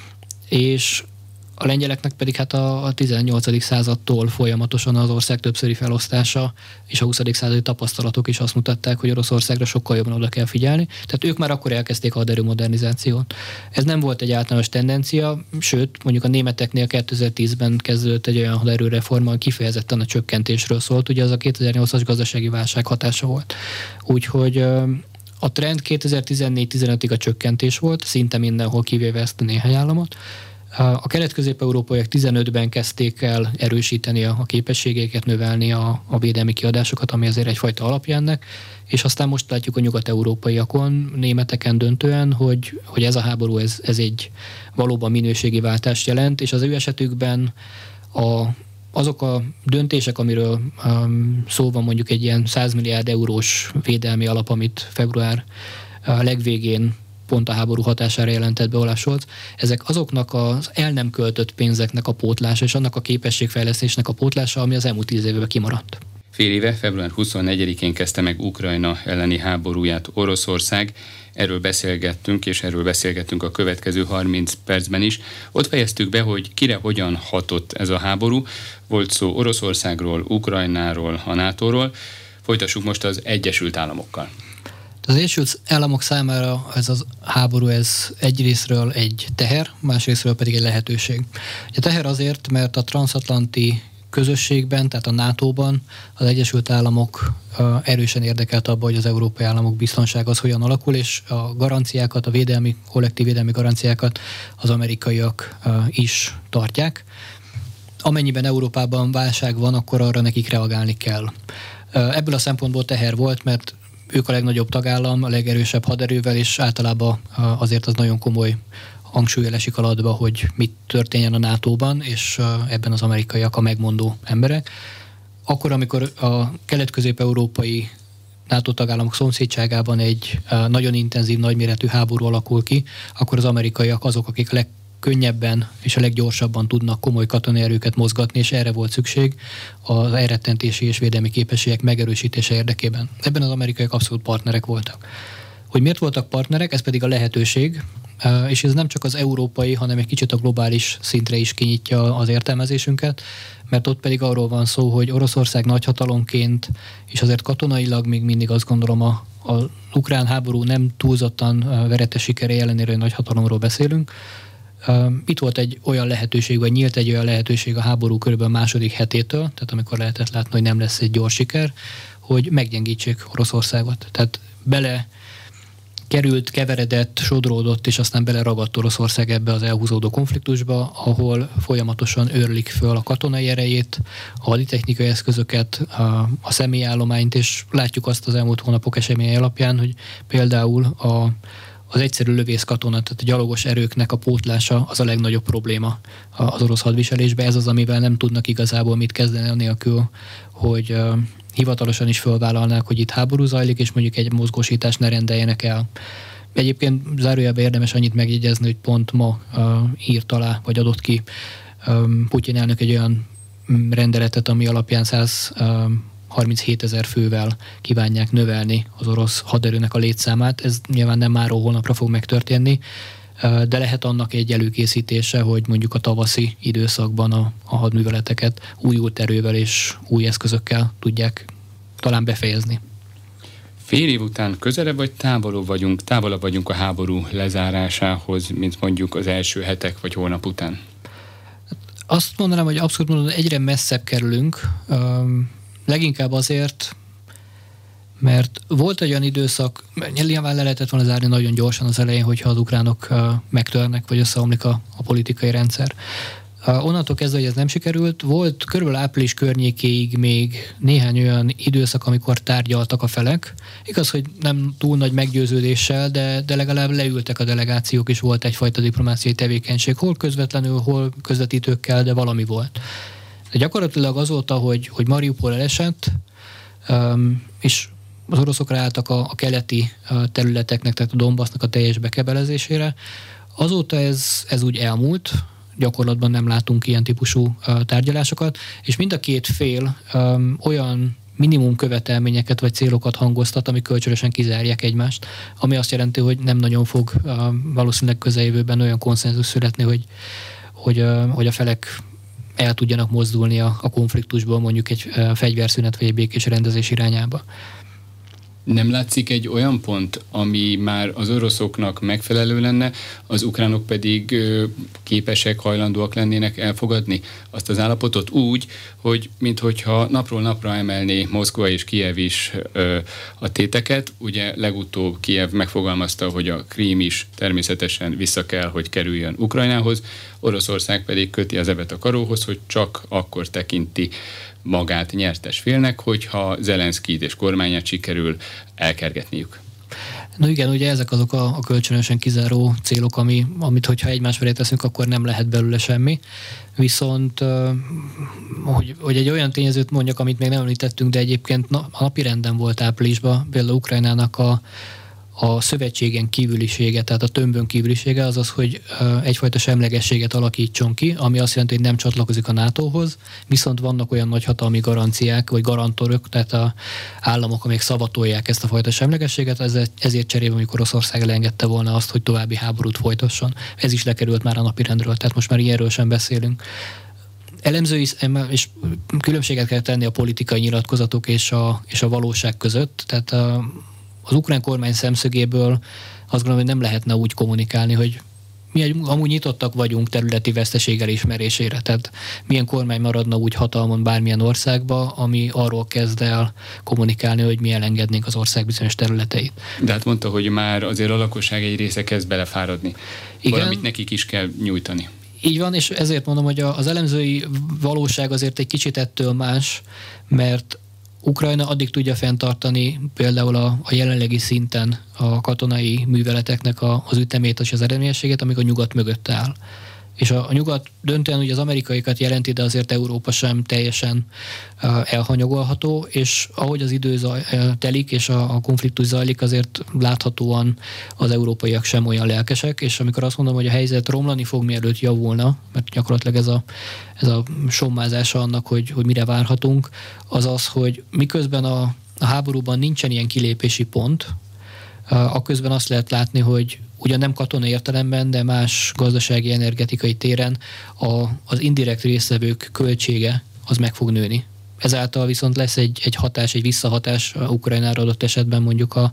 És a lengyeleknek pedig hát a, a tizennyolcadik századtól folyamatosan az ország többszöri felosztása és a huszadik századi tapasztalatok is azt mutatták, hogy Oroszországra sokkal jobban oda kell figyelni. Tehát ők már akkor elkezdték a haderő modernizációt. Ez nem volt egy általános tendencia, sőt, mondjuk a németeknél kétezer-tízben kezdődött egy olyan haderőreform, ami kifejezetten a csökkentésről szólt, ugye az a kétezer-nyolcas gazdasági válság hatása volt. Úgyhogy a trend kétezer-tizennégy-tizenötig a csökkentés volt, szinte mindenhol kivéve ezt a néhány államot. A kelet-közép-európaiak tizenötben kezdték el erősíteni a képességeiket, növelni a, a védelmi kiadásokat, ami azért egyfajta alapja ennek, és aztán most látjuk a nyugat-európaiakon, németeken döntően, hogy, hogy ez a háború, ez, ez egy valóban minőségi váltást jelent, és az ő esetükben a, azok a döntések, amiről um, szó van, mondjuk egy ilyen száz milliárd eurós védelmi alap, amit február uh, legvégén pont a háború hatására jelentett be Olaf Scholz, ezek azoknak az el nem költött pénzeknek a pótlása, és annak a képességfejlesztésnek a pótlása, ami az elmúlt tíz évben kimaradt. Fél éve, február huszonnegyedikén kezdte meg Ukrajna elleni háborúját Oroszország. Erről beszélgettünk, és erről beszélgettünk a következő harminc percben is. Ott fejeztük be, hogy kire hogyan hatott ez a háború. Volt szó Oroszországról, Ukrajnáról, a nátóról. Folytassuk most az Egyesült Államokkal. Az Egyesült Államok számára ez a háború, ez egyrészről egy teher, másrészről pedig egy lehetőség. A teher azért, mert a transatlanti közösségben, tehát a nátóban az Egyesült Államok erősen érdekelt abban, hogy az európai államok biztonsága az hogyan alakul, és a garanciákat, a védelmi, kollektív védelmi garanciákat az amerikaiak is tartják. Amennyiben Európában válság van, akkor arra nekik reagálni kell. Ebből a szempontból teher volt, mert ők a legnagyobb tagállam, a legerősebb haderővel, és általában azért az nagyon komoly hangsúlya esik alatba, hogy mit történjen a nátóban, és ebben az amerikaiak a megmondó emberek. Akkor, amikor a kelet-közép-európai NATO tagállamok szomszédságában egy nagyon intenzív, nagyméretű háború alakul ki, akkor az amerikaiak azok, akik a legkönnyebben és a leggyorsabban tudnak komoly katonai erőket mozgatni, és erre volt szükség az elrettentési és védelmi képességek megerősítése érdekében. Ebben az amerikaiak abszolút partnerek voltak. Hogy miért voltak partnerek, ez pedig a lehetőség, és ez nem csak az európai, hanem egy kicsit a globális szintre is kinyitja az értelmezésünket, mert ott pedig arról van szó, hogy Oroszország nagyhatalomként, és azért katonailag még mindig azt gondolom a, a ukrán háború nem túlzottan veretes sikere ellenére, hogy nagyhatalomról beszélünk. Itt volt egy olyan lehetőség, vagy nyílt egy olyan lehetőség a háború körülbelül második hetétől, tehát amikor lehetett látni, hogy nem lesz egy gyors siker, hogy meggyengítsék Oroszországot. Tehát bele került, keveredett, sodródott, és aztán beleragadt Oroszország ebbe az elhúzódó konfliktusba, ahol folyamatosan őrlik föl a katonai erejét, a haditechnikai eszközöket, a, a személyállományt, és látjuk azt az elmúlt hónapok eseményei alapján, hogy például a, az egyszerű lövészkatona, tehát a gyalogos erőknek a pótlása az a legnagyobb probléma az orosz hadviselésben. Ez az, amivel nem tudnak igazából mit kezdeni anélkül, hogy uh, hivatalosan is fölvállalnák, hogy itt háború zajlik, és mondjuk egy mozgósítást ne rendeljenek el. Egyébként zárójelben érdemes annyit megjegyezni, hogy pont ma uh, írt alá, vagy adott ki um, Putyin elnök egy olyan rendeletet, ami alapján száz harminchét ezer fővel kívánják növelni az orosz haderőnek a létszámát. Ez nyilván nem máról holnapra fog megtörténni, de lehet annak egy előkészítése, hogy mondjuk a tavaszi időszakban a, a hadműveleteket újult erővel és új eszközökkel tudják talán befejezni. Fél év után közelebb vagy távolabb vagyunk, távolabb vagyunk a háború lezárásához, mint mondjuk az első hetek vagy hónap után? Azt mondanám, hogy abszolút mondom, egyre messzebb kerülünk, um, leginkább azért, mert volt egy olyan időszak, nyilván le lehetett volna zárni nagyon gyorsan az elején, hogyha az ukránok uh, megtörnek, vagy összeomlik a, a politikai rendszer. Uh, onnantól kezdve, hogy ez nem sikerült, volt körülbelül április környékéig még néhány olyan időszak, amikor tárgyaltak a felek. Igaz, hogy nem túl nagy meggyőződéssel, de, de legalább leültek a delegációk, és volt egyfajta diplomáciai tevékenység, hol közvetlenül, hol közvetítőkkel, de valami volt. De gyakorlatilag azóta, hogy, hogy Mariupol elesett, um, és az oroszok ráálltak a, a keleti területeknek, tehát a Donbassnak a teljes bekebelezésére, azóta ez, ez úgy elmúlt, gyakorlatban nem látunk ilyen típusú uh, tárgyalásokat, és mind a két fél um, olyan minimum követelményeket vagy célokat hangoztat, amik kölcsönösen kizárják egymást, ami azt jelenti, hogy nem nagyon fog uh, valószínűleg közeljövőben olyan konszenzus születni, hogy, hogy, uh, hogy a felek el tudjanak mozdulni a, a konfliktusból mondjuk egy uh, fegyverszünet vagy egy békés rendezés irányába. Nem látszik egy olyan pont, ami már az oroszoknak megfelelő lenne, az ukránok pedig ö, képesek, hajlandóak lennének elfogadni azt az állapotot úgy, hogy minthogyha napról napra emelné Moszkva és Kijev is ö, a téteket. Ugye legutóbb Kijev megfogalmazta, hogy a Krím is természetesen vissza kell, hogy kerüljön Ukrajnához, Oroszország pedig köti az ebet a karóhoz, hogy csak akkor tekinti magát nyertes félnek, hogyha Zelenszkijt és kormányát sikerül elkergetniük. No igen, ugye ezek azok a, a kölcsönösen kizáró célok, ami, amit hogyha egymás felé teszünk, akkor nem lehet belőle semmi. Viszont, hogy, hogy egy olyan tényezőt mondjak, amit még nem említettünk, de egyébként na, a napi renden volt áprilisban, például Ukrajnának a a szövetségen kívülisége, tehát a tömbön kívülisége az az, hogy egyfajta semlegességet alakítson ki, ami azt jelenti, hogy nem csatlakozik a nátóhoz, viszont vannak olyan nagyhatalmi garanciák, vagy garantorok, tehát a államok, amik szavatolják ezt a fajta semlegességet, ezért, ezért cserébe, amikor Oroszország elengedte volna azt, hogy további háborút folytasson. Ez is lekerült már a napirendről, tehát most már ilyenről sem beszélünk. Elemzői, és különbséget kell tenni a politikai nyilatkozatok és a, és a valóság között, tehát a az ukrán kormány szemszögéből azt gondolom, hogy nem lehetne úgy kommunikálni, hogy mi amúgy nyitottak vagyunk területi veszteség elismerésére. Tehát milyen kormány maradna úgy hatalmon bármilyen országba, ami arról kezd el kommunikálni, hogy mi elengednénk az ország bizonyos területeit. De hát mondta, hogy már azért a lakosság egy része kezd belefáradni. Igen. Valamit nekik is kell nyújtani. Így van, és ezért mondom, hogy az elemzői valóság azért egy kicsit ettől más, mert Ukrajna addig tudja fenntartani például a, a jelenlegi szinten a katonai műveleteknek a, az ütemét és az eredményességet, amíg a nyugat mögött áll. És a, a nyugat döntően ugye az amerikaiakat jelenti, de azért Európa sem teljesen uh, elhanyagolható, és ahogy az idő zaj, uh, telik, és a, a konfliktus zajlik, azért láthatóan az európaiak sem olyan lelkesek, és amikor azt mondom, hogy a helyzet romlani fog, mielőtt javulna, mert gyakorlatilag ez a, ez a sommázása annak, hogy, hogy mire várhatunk, az az, hogy miközben a, a háborúban nincsen ilyen kilépési pont, uh, akközben azt lehet látni, hogy ugyan nem katonai értelemben, de más gazdasági, energetikai téren a, az indirekt résztvevők költsége az meg fog nőni. Ezáltal viszont lesz egy, egy hatás, egy visszahatás Ukrajnára adott esetben mondjuk a,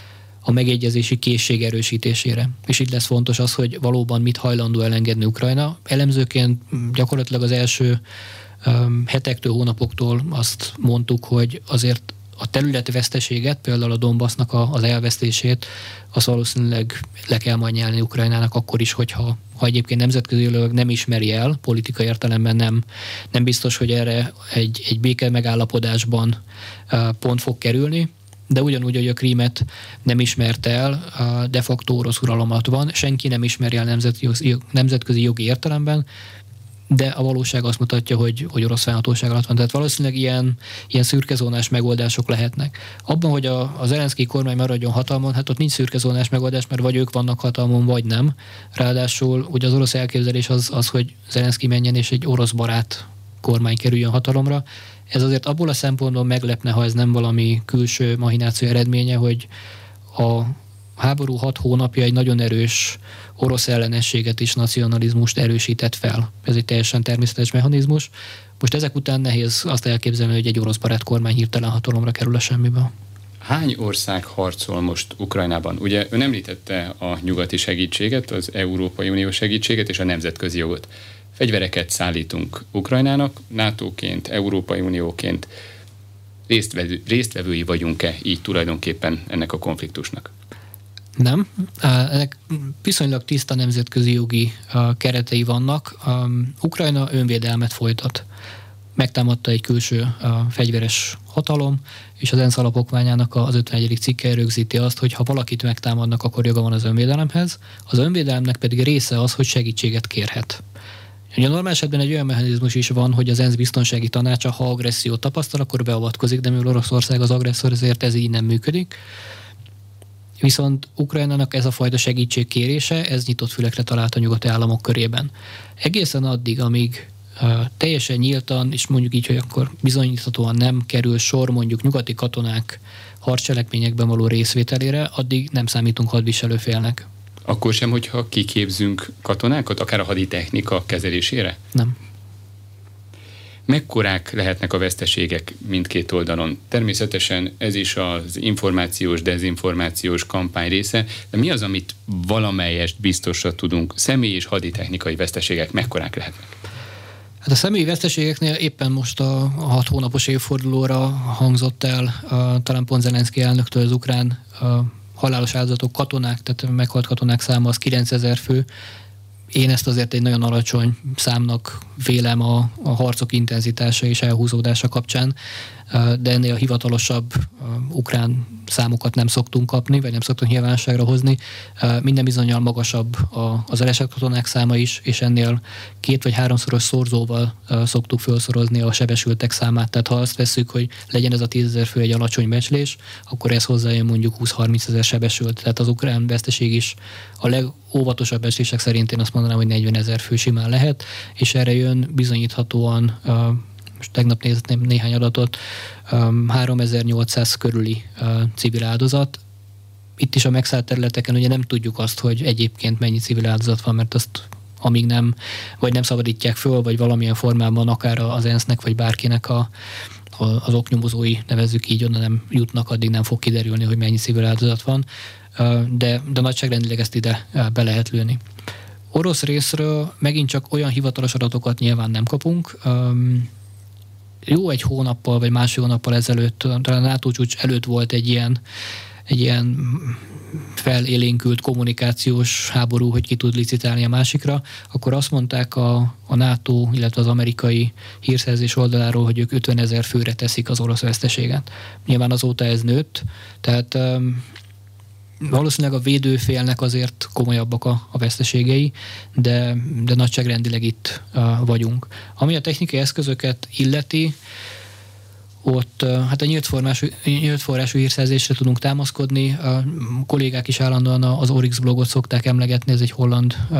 a megegyezési készség erősítésére. És itt lesz fontos az, hogy valóban mit hajlandó elengedni Ukrajna. Elemzőként gyakorlatilag az első um, hetektől, hónapoktól azt mondtuk, hogy azért a területi veszteséget, például a Donbassnak a, az elvesztését, az valószínűleg le kell majd nyelni Ukrajnának akkor is, hogyha ha egyébként nemzetközileg nem ismeri el, politikai értelemben nem, nem biztos, hogy erre egy, egy béke megállapodásban uh, pont fog kerülni, de ugyanúgy, hogy a Krímet nem ismerte el, uh, de facto orosz uralom alatt van, senki nem ismeri el nemzetközi, nemzetközi jogi értelemben, de a valóság azt mutatja, hogy, hogy orosz fennhatóság alatt van. Tehát valószínűleg ilyen, ilyen szürkezónás megoldások lehetnek. Abban, hogy a, a Zelenszkij kormány maradjon hatalmon, hát ott nincs szürkezónás megoldás, mert vagy ők vannak hatalmon, vagy nem. Ráadásul ugye az orosz elképzelés az, az hogy Zelenszkij menjen és egy orosz barát kormány kerüljön hatalomra. Ez azért abból a szempontból meglepne, ha ez nem valami külső mahináció eredménye, hogy a háború hat hónapja egy nagyon erős orosz ellenességet és nacionalizmust erősített fel. Ez egy teljesen természetes mechanizmus. Most ezek után nehéz azt elképzelni, hogy egy orosz barát kormány hirtelen hatalomra kerül a semmiből. Hány ország harcol most Ukrajnában? Ugye ön említette a nyugati segítséget, az Európai Unió segítséget és a nemzetközi jogot. Fegyvereket szállítunk Ukrajnának, nátóként, Európai Unióként. Résztvevő, résztvevői vagyunk-e így tulajdonképpen ennek a konfliktusnak? Nem. Ennek viszonylag tiszta nemzetközi jogi keretei vannak. Ukrajna önvédelmet folytat. Megtámadta egy külső fegyveres hatalom, és az ENSZ alapokmányának az ötvenegyedik cikke rögzíti azt, hogy ha valakit megtámadnak, akkor joga van az önvédelemhez. Az önvédelemnek pedig része az, hogy segítséget kérhet. Ugye normál esetben egy olyan mechanizmus is van, hogy az ENSZ biztonsági tanácsa, ha agressziót tapasztal, akkor beavatkozik, de mivel Oroszország az agresszor, ezért ez így nem működik. Viszont Ukrajnának ez a fajta segítségkérése, ez nyitott fülekre talált a nyugati államok körében. Egészen addig, amíg uh, teljesen nyíltan, és mondjuk így, hogy akkor bizonyíthatóan nem kerül sor mondjuk nyugati katonák harccselekményekben való részvételére, addig nem számítunk hadviselőfélnek. Akkor sem, hogyha kiképzünk katonákat, akár a haditechnika kezelésére? Nem. Mekkorák lehetnek a veszteségek mindkét oldalon? Természetesen ez is az információs, dezinformációs kampány része, de mi az, amit valamelyest biztosra tudunk? Személy- és haditechnikai veszteségek mekkorák lehetnek? Hát a személyi veszteségeknél éppen most a, a hat hónapos évfordulóra hangzott el a, talán pont Zelenszkij elnöktől az ukrán a, halálos áldozatok katonák, tehát meghalt katonák száma az kilencezer fő. Én ezt azért egy nagyon alacsony számnak vélem a, a harcok intenzitása és elhúzódása kapcsán, de ennél a hivatalosabb ukrán számokat nem szoktunk kapni, vagy nem szoktunk nyilvánosságra hozni. Minden bizonnyal magasabb az elesett katonák száma is, és ennél két vagy háromszoros szorzóval szoktuk felszorozni a sebesültek számát. Tehát ha azt vesszük, hogy legyen ez a tízezer fő egy alacsony becslés, akkor ez hozzájön mondjuk húsz-harminc ezer sebesült. Tehát az ukrán veszteség is a legóvatosabb becslések szerint én azt mondanám, hogy negyvenezer fő simán lehet, és erre jön bizonyíthatóan, most tegnap néztem néhány adatot, háromezer-nyolcszáz körüli civil áldozat. Itt is a megszállt területeken ugye nem tudjuk azt, hogy egyébként mennyi civil áldozat van, mert azt amíg nem, vagy nem szabadítják föl, vagy valamilyen formában akár az ENSZ-nek, vagy bárkinek a, a, az oknyomozói, nevezzük így, onnan nem jutnak, addig nem fog kiderülni, hogy mennyi civil áldozat van, de, de nagyságrendileg ezt ide be lehet lőni. Orosz részről megint csak olyan hivatalos adatokat nyilván nem kapunk. Jó egy hónappal, vagy másfél hónappal ezelőtt, talán a NATO csúcs előtt volt egy ilyen, egy ilyen felélénkült kommunikációs háború, hogy ki tud licitálni a másikra, akkor azt mondták a, a NATO, illetve az amerikai hírszerzés oldaláról, hogy ők ötvenezer főre teszik az orosz veszteséget. Nyilván azóta ez nőtt, tehát valószínűleg a védőfélnek azért komolyabbak a, a veszteségei, de, de nagyságrendileg itt uh, vagyunk. Ami a technikai eszközöket illeti, ott uh, hát a nyílt forrású, nyílt forrású hírszerzésre tudunk támaszkodni. A kollégák is állandóan az Oryx blogot szokták emlegetni, ez egy holland uh,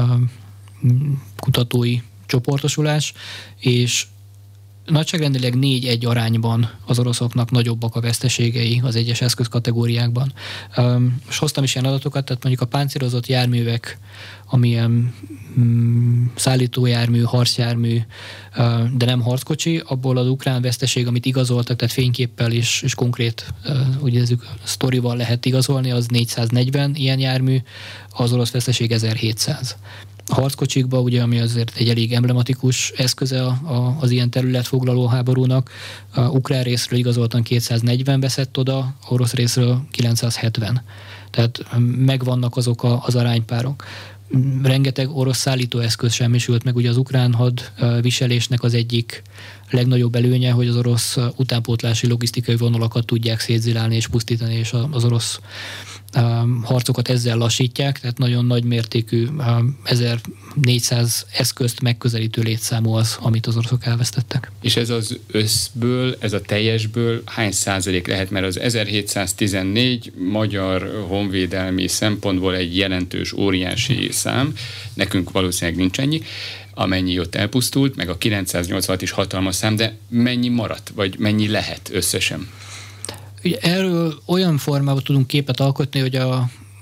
kutatói csoportosulás, és nagyságrendileg négy-egy arányban az oroszoknak nagyobbak a veszteségei az egyes eszközkategóriákban. Most hoztam is ilyen adatokat, tehát mondjuk a páncélozott járművek, amilyen mm, szállítójármű, harcjármű, de nem harckocsi, abból az ukrán veszteség, amit igazoltak, tehát fényképpel és, és konkrét, úgy érzük, sztorival lehet igazolni, az négyszáznegyven ilyen jármű, az orosz veszteség ezerhétszáz. harckocsikba, ugye, ami azért egy elég emblematikus eszköze a, a, az ilyen területfoglaló háborúnak. A ukrán részről igazoltan kétszáznegyven veszett oda, orosz részről kilencszázhetven. Tehát megvannak azok a, az aránypárok. Rengeteg orosz szállítóeszköz semmisült meg, ugye az ukrán had viselésnek az egyik legnagyobb előnye, hogy az orosz utánpótlási logisztikai vonalakat tudják szétzilálni és pusztítani, és az orosz harcokat ezzel lassítják, tehát nagyon nagy mértékű ezernégyszáz eszközt megközelítő létszámú az, amit az oroszok elvesztettek. És ez az összből, ez a teljesből hány százalék lehet, mert az ezerhétszáztizennégy magyar honvédelmi szempontból egy jelentős, óriási szám, nekünk valószínűleg nincs ennyi, amennyi ott elpusztult, meg a kilencszáznyolcvanhat is hatalmas szám, de mennyi maradt, vagy mennyi lehet összesen? Ugye erről olyan formában tudunk képet alkotni, hogy a,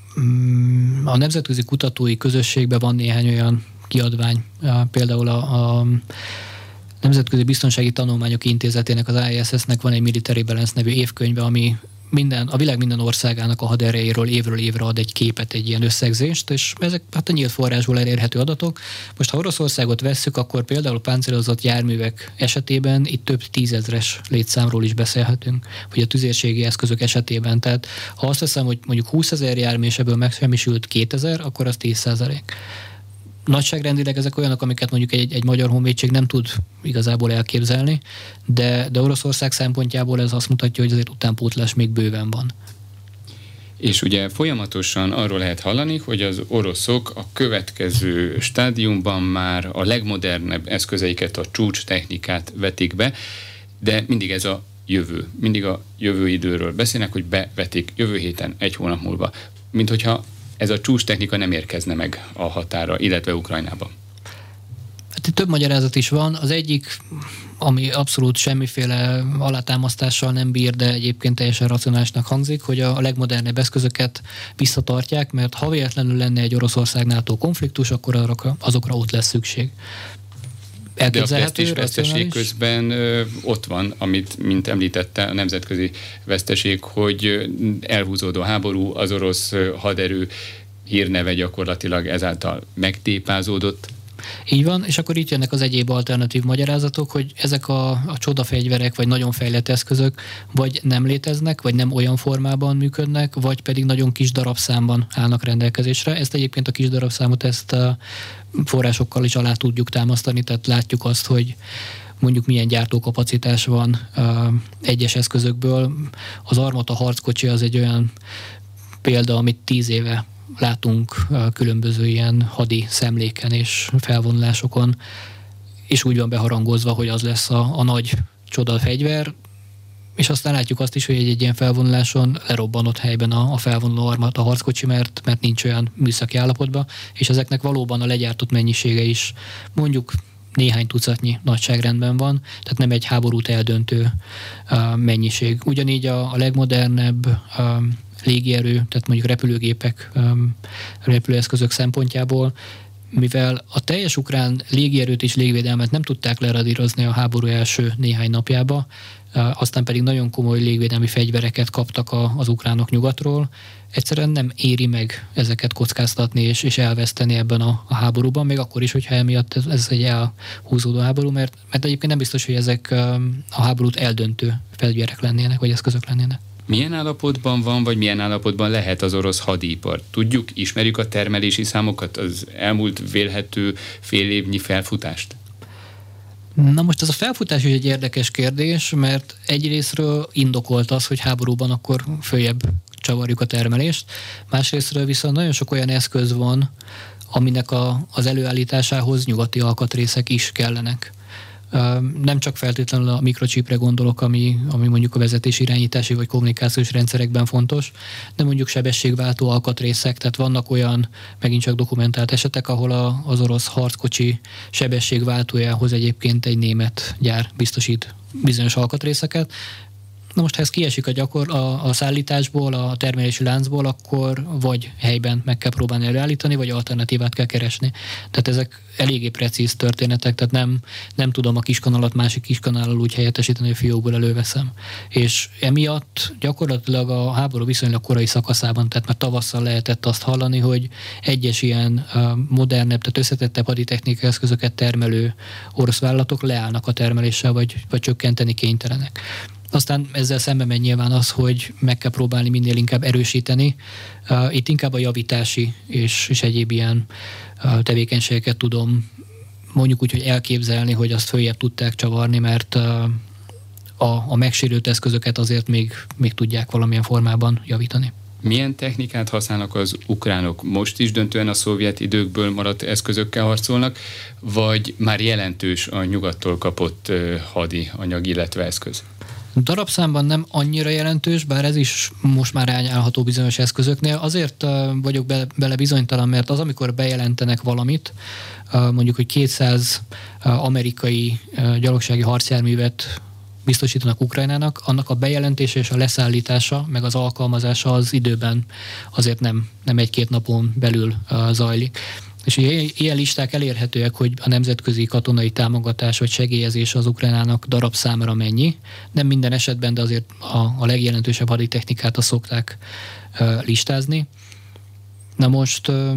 a nemzetközi kutatói közösségben van néhány olyan kiadvány, például a, a Nemzetközi Biztonsági Tanulmányok Intézetének, az I S S-nek van egy Military Balance nevű évkönyve, ami minden, a világ minden országának a haderejéről évről évre ad egy képet, egy ilyen összegzést, és ezek hát a nyílt forrásból elérhető adatok. Most ha Oroszországot vesszük, akkor például a páncélozott járművek esetében itt több tízezres létszámról is beszélhetünk, vagy a tüzérségi eszközök esetében. Tehát ha azt veszem, hogy mondjuk húszezer jármű, és ebből megsemmisült kétezer, akkor az tíz százalék. Nagyságrendileg ezek olyanok, amiket mondjuk egy, egy magyar honvédség nem tud igazából elképzelni, de, de Oroszország szempontjából ez azt mutatja, hogy azért utánpótlás még bőven van. És ugye folyamatosan arról lehet hallani, hogy az oroszok a következő stádiumban már a legmodernebb eszközeiket, a csúcs technikát vetik be, de mindig ez a jövő. Mindig a jövő időről beszélnek, hogy bevetik jövő héten, egy hónap múlva. Mint hogyha ez a csúcs technika nem érkezne meg a határa, illetve Ukrajnába. Hát itt több magyarázat is van. Az egyik, ami abszolút semmiféle alátámasztással nem bír, de egyébként teljesen racionálisnak hangzik, hogy a legmodernebb eszközöket visszatartják, mert ha véletlenül lenne egy Oroszország-NATO konfliktus, akkor azokra, azokra ott lesz szükség. De a presztízs veszteség közben ö, ott van, amit, mint említette, a nemzetközi veszteség, hogy elhúzódó háború, az orosz haderő hírneve gyakorlatilag ezáltal megtépázódott. Így van, és akkor itt jönnek az egyéb alternatív magyarázatok, hogy ezek a, a csodafegyverek, vagy nagyon fejlett eszközök vagy nem léteznek, vagy nem olyan formában működnek, vagy pedig nagyon kis darabszámban állnak rendelkezésre. Ezt egyébként a kis darabszámot, ezt a forrásokkal is alá tudjuk támasztani, tehát látjuk azt, hogy mondjuk milyen gyártókapacitás van uh, egyes eszközökből. Az Armata harckocsi az egy olyan példa, amit tíz éve látunk különböző ilyen hadi szemléken és felvonulásokon, és úgy van beharangozva, hogy az lesz a, a nagy csoda fegyver, és aztán látjuk azt is, hogy egy, egy ilyen felvonuláson lerobbanott helyben a, a felvonuló Armata harckocsi, mert, mert nincs olyan műszaki állapotban, és ezeknek valóban a legyártott mennyisége is mondjuk néhány tucatnyi nagyságrendben van, tehát nem egy háborút eldöntő uh, mennyiség. Ugyanígy a, a legmodernebb uh, légierő, tehát mondjuk repülőgépek, um, repülőeszközök szempontjából, mivel a teljes ukrán légierőt és légvédelmet nem tudták leradírozni a háború első néhány napjába, uh, aztán pedig nagyon komoly légvédelmi fegyvereket kaptak a, az ukránok nyugatról, egyszerűen nem éri meg ezeket kockáztatni és, és elveszteni ebben a, a háborúban, még akkor is, hogyha emiatt ez, ez egy elhúzódó háború, mert, mert egyébként nem biztos, hogy ezek um, a háborút eldöntő fegyverek lennének, vagy eszközök lennének. Milyen állapotban van, vagy milyen állapotban lehet az orosz hadipar? Tudjuk, ismerjük a termelési számokat, az elmúlt vélhető fél évnyi felfutást? Na most ez a felfutás is egy érdekes kérdés, mert egyrésztről indokolt az, hogy háborúban akkor följebb csavarjuk a termelést, másrésztről viszont nagyon sok olyan eszköz van, aminek a, az előállításához nyugati alkatrészek is kellenek. Nem csak feltétlenül a mikrochipre gondolok, ami, ami mondjuk a vezetési irányítási vagy kommunikációs rendszerekben fontos, de mondjuk sebességváltó alkatrészek, tehát vannak olyan megint csak dokumentált esetek, ahol a, az orosz harckocsi sebességváltójához egyébként egy német gyár biztosít bizonyos alkatrészeket. Na most, ha ez kiesik a, gyakor, a, a szállításból, a termelési láncból, akkor vagy helyben meg kell próbálni előállítani, vagy alternatívát kell keresni. Tehát ezek eléggé precíz történetek, tehát nem, nem tudom a kiskanalat másik kiskanállal úgy helyettesíteni, hogy a fiókból előveszem. És emiatt gyakorlatilag a háború viszonylag korai szakaszában, tehát már tavasszal lehetett azt hallani, hogy egyes ilyen modernebb, tehát összetettebb haditechnikai eszközöket termelő orosz vállalatok leállnak a termeléssel, vagy, vagy csökkenteni kénytelenek. Aztán ezzel szembe megy nyilván az, hogy meg kell próbálni minél inkább erősíteni. Itt inkább a javítási és, és egyéb ilyen tevékenységeket tudom mondjuk úgy, hogy elképzelni, hogy azt följebb tudták csavarni, mert a, a megsérült eszközöket azért még, még tudják valamilyen formában javítani. Milyen technikát használnak az ukránok? Most is döntően a szovjet időkből maradt eszközökkel harcolnak, vagy már jelentős a nyugattól kapott hadi anyag, illetve eszköz? Darabszámban nem annyira jelentős, bár ez is most már rányálható bizonyos eszközöknél. Azért vagyok be, bele bizonytalan, mert az, amikor bejelentenek valamit, mondjuk, hogy kétszáz amerikai gyalogsági harcjárművet biztosítanak Ukrajnának, annak a bejelentése és a leszállítása, meg az alkalmazása az időben azért nem, nem egy-két napon belül zajlik. És ilyen listák elérhetőek, hogy a nemzetközi katonai támogatás vagy segélyezés az Ukrajnának darabszámra mennyi. Nem minden esetben, de azért a, a legjelentősebb haditechnikát azt szokták uh, listázni. Na most uh,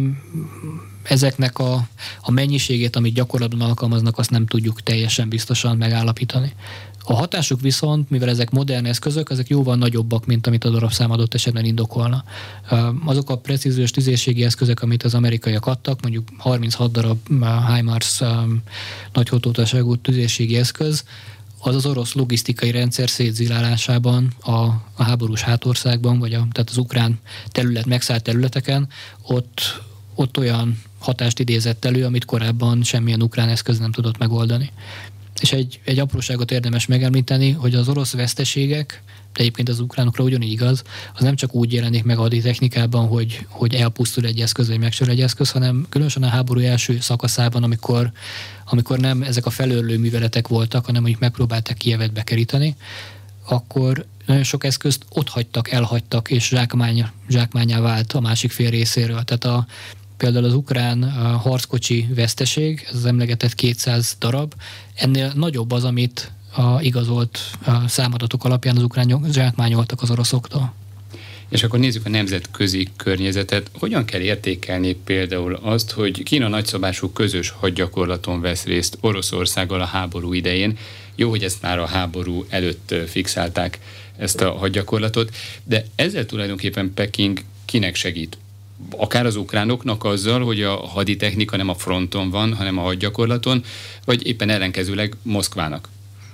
ezeknek a, a mennyiségét, amit gyakorlatban alkalmaznak, azt nem tudjuk teljesen biztosan megállapítani. A hatásuk viszont, mivel ezek modern eszközök, ezek jóval nagyobbak, mint amit a darabszám adott esetben indokolna. Azok a precíziós tüzérségi eszközök, amit az amerikaiak adtak, mondjuk harminchat darab HIMARS nagy hatótáságú tüzérségi eszköz, az az orosz logisztikai rendszer szétzilálásában a, a háborús hátországban, vagy a, tehát az ukrán terület, megszállt területeken, ott, ott olyan hatást idézett elő, amit korábban semmilyen ukrán eszköz nem tudott megoldani. És egy, egy apróságot érdemes megemlíteni, hogy az orosz veszteségek, de egyébként az ukránokra ugyanígy igaz, az nem csak úgy jelenik meg a haditechnikában, hogy, hogy elpusztul egy eszköz, vagy megsérül egy eszköz, hanem különösen a háború első szakaszában, amikor, amikor nem ezek a felőrlő műveletek voltak, hanem mondjuk megpróbálták Kijevet bekeríteni, akkor nagyon sok eszközt ott hagytak, elhagytak, és zsákmány, zsákmányá vált a másik fél részéről. Tehát a például az ukrán a harckocsi veszteség, ez az emlegetett kétszáz darab, ennél nagyobb az, amit a igazolt a számadatok alapján az ukránok zsákmányoltak az oroszoktól. És akkor nézzük a nemzetközi környezetet. Hogyan kell értékelni például azt, hogy Kína nagyszabású közös hadgyakorlaton vesz részt Oroszországgal a háború idején? Jó, hogy ezt már a háború előtt fixálták, ezt a hadgyakorlatot, de ezzel tulajdonképpen Peking kinek segít? Akár az ukránoknak azzal, hogy a haditechnika nem a fronton van, hanem a hadgyakorlaton, vagy éppen ellenkezőleg Moszkvának?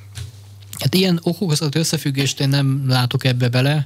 Hát ilyen okokozati összefüggést én nem látok ebbe bele.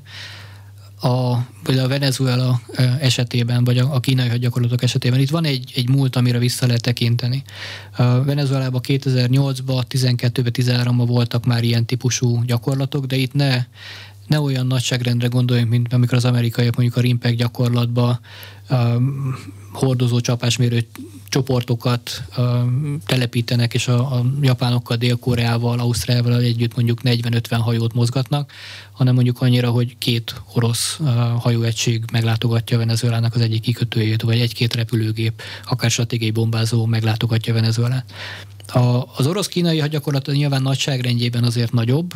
A, vagy a Venezuela esetében, vagy a, a kínai hadgyakorlatok esetében. Itt van egy, egy múlt, amire vissza lehet tekinteni. A Venezuelában kétezer-nyolcban, tizenkettőben, tizenháromban voltak már ilyen típusú gyakorlatok, de itt ne ne olyan nagyságrendre gondoljunk, mint amikor az amerikaiak mondjuk a Rimpeg gyakorlatba um, hordozó csapásmérő csoportokat um, telepítenek, és a, a japánokkal, Dél-Koreával, Ausztráliával együtt mondjuk negyven-ötven hajót mozgatnak, hanem mondjuk annyira, hogy két orosz uh, hajóegység meglátogatja Venezuelának az egyik kikötőjét, vagy egy-két repülőgép, akár stratégiai bombázó meglátogatja Venezuelát. A, az orosz-kínai hadgyakorlat nyilván nagyságrendjében azért nagyobb,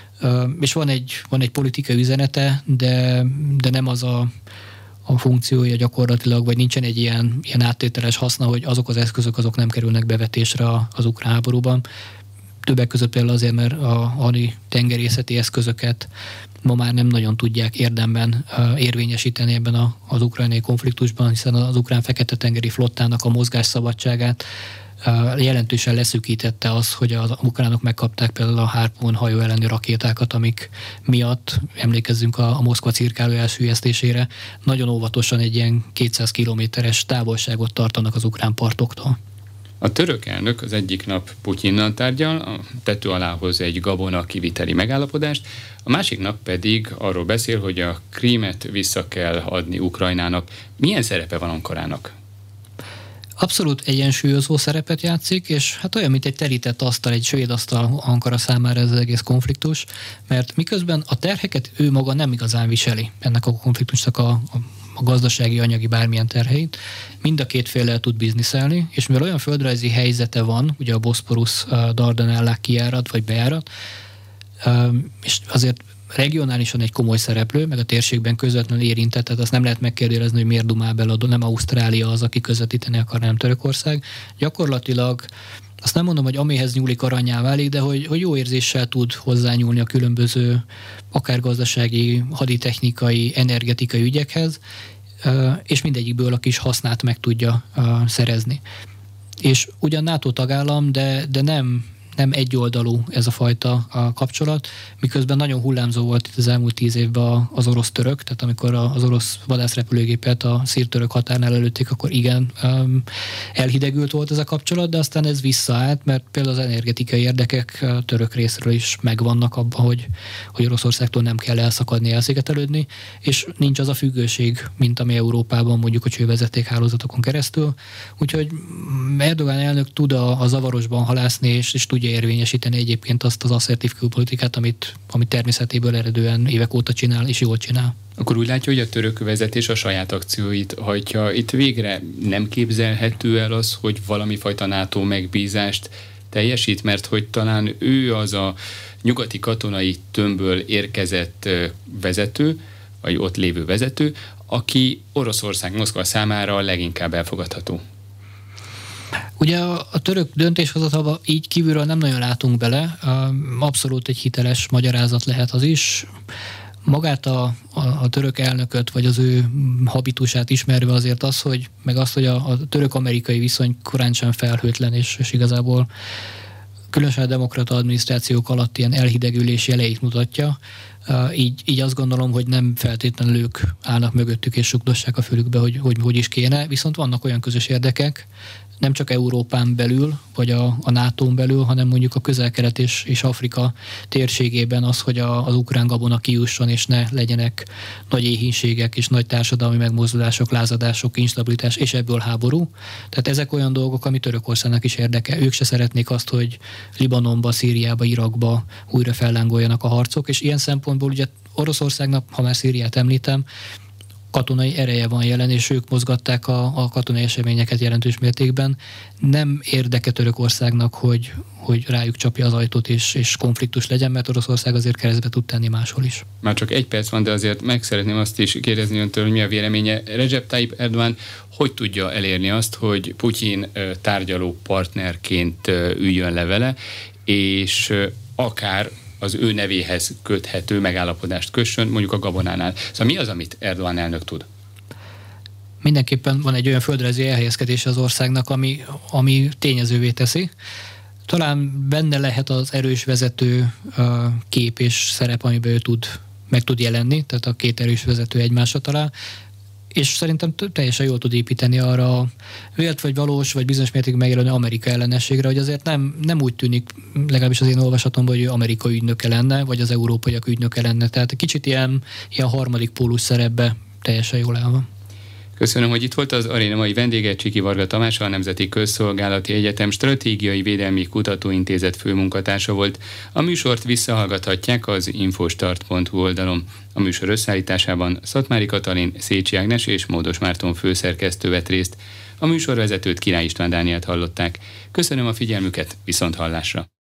és van egy, van egy politikai üzenete, de, de nem az a, a funkciója gyakorlatilag, vagy nincsen egy ilyen, ilyen áttételes haszna, hogy azok az eszközök azok nem kerülnek bevetésre az ukrán háborúban. Többek között például azért, mert a hadi tengerészeti eszközöket ma már nem nagyon tudják érdemben érvényesíteni ebben a, az ukrajnai konfliktusban, hiszen az ukrán fekete-tengeri flottának a mozgásszabadságát jelentősen leszűkítette az, hogy az ukránok megkapták például a Harpoon hajó elleni rakétákat, amik miatt, emlékezzünk a, a Moszkva cirkáló elsüllyesztésére, nagyon óvatosan egy ilyen kétszáz kilométeres távolságot tartanak az ukrán partoktól. A török elnök az egyik nap Putyinnal tárgyal, a tető alá hoz egy gabona kiviteli megállapodást, a másik nap pedig arról beszél, hogy a Krímet vissza kell adni Ukrajnának. Milyen szerepe van Ankarának? Abszolút egyensúlyozó szerepet játszik, és hát olyan, mint egy terített asztal, egy svéd asztal Ankara számára ez az egész konfliktus, mert miközben a terheket ő maga nem igazán viseli, ennek a konfliktusnak a, a, a gazdasági, anyagi bármilyen terheit, mind a két féllel tud bizniszelni, és mivel olyan földrajzi helyzete van, ugye a Boszporusz, a Dardanellák kijárat vagy bejárat, és azért regionálisan egy komoly szereplő, meg a térségben közvetlenül érintett, tehát azt nem lehet megkérdőjelezni, hogy miért dumál bele, nem Ausztrália az, aki közvetíteni akar, nem Törökország. Gyakorlatilag azt nem mondom, hogy amihez nyúlik aranyá válik, de hogy, hogy jó érzéssel tud hozzányúlni a különböző akár gazdasági, haditechnikai, energetikai ügyekhez, és mindegyikből a kis hasznát meg tudja szerezni. És ugyan NATO tagállam, de, de nem nem egyoldalú ez a fajta a kapcsolat, miközben nagyon hullámzó volt itt az elmúlt tíz évben az orosz-török, tehát amikor az orosz vadászrepülőgépet a szír-török határnál előtték, akkor igen, elhidegült volt ez a kapcsolat, de aztán ez visszaállt, mert például az energetikai érdekek török részről is megvannak abban, hogy, hogy Oroszországtól nem kell elszakadni, elszigetelődni, és nincs az a függőség, mint ami Európában mondjuk a csővezetékhálózatokon keresztül. Úgyhogy Erdogan elnök tud a, a zavarosban halászni, és, és tudja érvényesíteni egyébként azt az asszertív külpolitikát, amit, amit természetéből eredően évek óta csinál, és jól csinál. Akkor úgy látja, hogy a török vezetés a saját akcióit hajtja. Itt végre nem képzelhető el az, hogy valami fajta NATO megbízást teljesít, mert hogy talán ő az a nyugati katonai tömbből érkezett vezető, vagy ott lévő vezető, aki Oroszország, Moszkva számára leginkább elfogadható. Ugye a, a török döntéshozatalba így kívülről nem nagyon látunk bele, abszolút egy hiteles magyarázat lehet az is. Magát a, a, a török elnököt, vagy az ő habitusát ismerve azért az, hogy meg azt, hogy a, a török-amerikai viszony korán sem felhőtlen, és, és igazából különösen a demokrata adminisztrációk alatt ilyen elhidegülés jeleit mutatja. Uh, így, így azt gondolom, hogy nem feltétlenül ők állnak mögöttük és sugdossák a fülükbe, hogy, hogy hogy is kéne, viszont vannak olyan közös érdekek, nem csak Európán belül, vagy a, a nátón belül, hanem mondjuk a Közel-Kelet és, és Afrika térségében az, hogy a, az ukrán gabona kijusson, és ne legyenek nagy éhínségek és nagy társadalmi megmozdulások, lázadások, instabilitás, és ebből háború. Tehát ezek olyan dolgok, ami Törökországnak is érdeke. Ők se szeretnék azt, hogy Libanonba, Szíriába, Irakba újra fellángoljanak a harcok, és ilyen szempontból ugye Oroszországnak, ha már Szíriát említem, katonai ereje van jelen, és ők mozgatták a, a katonai eseményeket jelentős mértékben. Nem érdeke Törökországnak, hogy, hogy rájuk csapja az ajtót, és, és konfliktus legyen, mert Oroszország azért keresztbe tud tenni máshol is. Már csak egy perc van, de azért meg szeretném azt is kérdezni öntől, hogy mi a véleménye. Recep Tayyip Erdogan hogy tudja elérni azt, hogy Putyin tárgyaló partnerként üljön le vele, és akár az ő nevéhez köthető megállapodást kössön, mondjuk a gabonánál. Szóval mi az, amit Erdogan elnök tud? Mindenképpen van egy olyan földrajzi elhelyezkedése az országnak, ami, ami tényezővé teszi. Talán benne lehet az erős vezető kép és szerep, amiben ő tud, meg tud jelenni, tehát a két erős vezető egymásra talál, és szerintem teljesen jól tud építeni arra a vélt vagy valós, vagy bizonyos mértékig megjelenő Amerika ellenességre, hogy azért nem, nem úgy tűnik, legalábbis az én olvasatomban, hogy ő amerikai ügynöke lenne, vagy az európaiak ügynöke lenne. Tehát kicsit ilyen, ilyen harmadik pólus szerepbe teljesen jól el van. Köszönöm, hogy itt volt az aréna mai vendége, Csiki Varga Tamás, a Nemzeti Közszolgálati Egyetem Stratégiai Védelmi Kutatóintézet főmunkatársa volt. A műsort visszahallgathatják az infostart pont hu oldalon. A műsor összeállításában Szatmári Katalin, Szécsi Ágnes és Módos Márton főszerkesztő vett részt. A műsorvezetőt Király István Dánielt hallották. Köszönöm a figyelmüket, viszont hallásra!